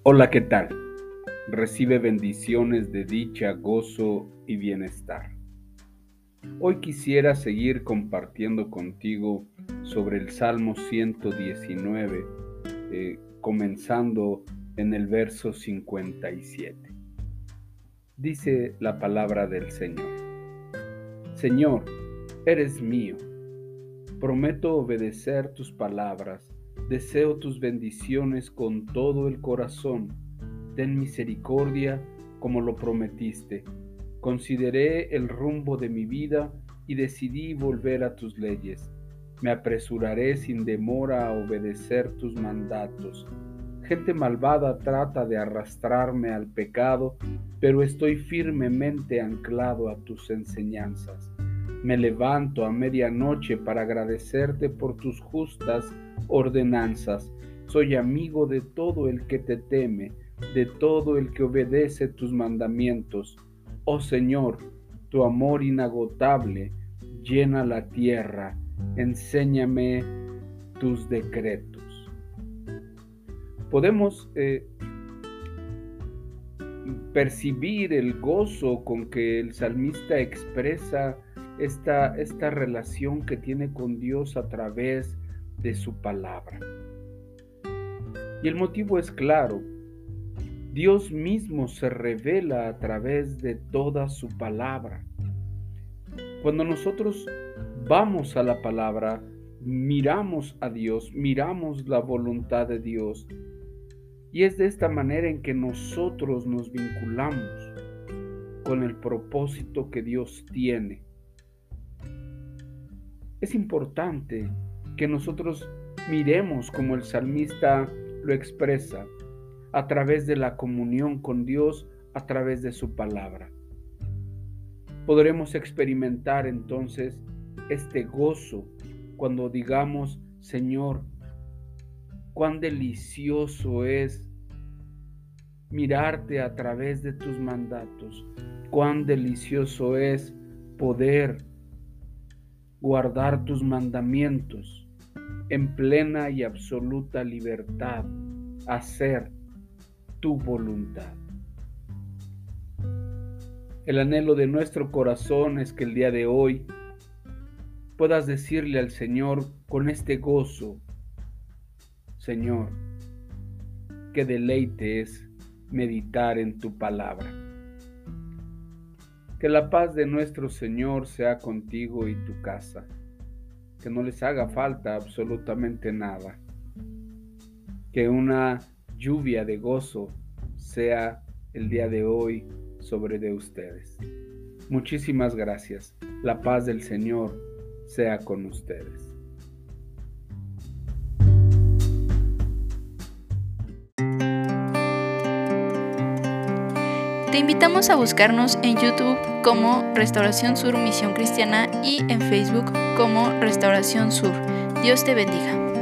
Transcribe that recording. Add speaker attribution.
Speaker 1: Hola, ¿qué tal? Recibe bendiciones de dicha, gozo y bienestar. Hoy quisiera seguir compartiendo contigo sobre el Salmo 119, comenzando en el verso 57. Dice la palabra del Señor: Señor, eres mío. Prometo obedecer tus palabras. Deseo tus bendiciones con todo el corazón. Ten misericordia como lo prometiste. Consideré el rumbo de mi vida y decidí volver a tus leyes. Me apresuraré sin demora a obedecer tus mandatos. Gente malvada trata de arrastrarme al pecado, pero estoy firmemente anclado a tus enseñanzas. Me levanto a medianoche para agradecerte por tus justas ordenanzas. Soy amigo de todo el que te teme, de todo el que obedece tus mandamientos. Oh Señor, tu amor inagotable llena la tierra. Enséñame tus decretos. Podemos percibir el gozo con que el salmista expresa esta relación que tiene con Dios a través de su palabra. Y el motivo es claro: Dios mismo se revela a través de toda su palabra. Cuando nosotros vamos a la palabra, miramos a Dios, miramos la voluntad de Dios, y es de esta manera en que nosotros nos vinculamos con el propósito que Dios tiene. Es importante que nosotros miremos como el salmista lo expresa, a través de la comunión con Dios, a través de su palabra. Podremos experimentar entonces este gozo cuando digamos: Señor, cuán delicioso es mirarte a través de tus mandatos, cuán delicioso es poder guardar tus mandamientos en plena y absoluta libertad, hacer tu voluntad. El anhelo de nuestro corazón es que el día de hoy puedas decirle al Señor con este gozo: Señor, qué deleite es meditar en tu palabra. Que la paz de nuestro Señor sea contigo y tu casa. Que no les haga falta absolutamente nada. Que una lluvia de gozo sea el día de hoy sobre de ustedes. Muchísimas gracias. La paz del Señor sea con ustedes.
Speaker 2: Te invitamos a buscarnos en YouTube como Restauración Sur Misión Cristiana y en Facebook como Restauración Sur. Dios te bendiga.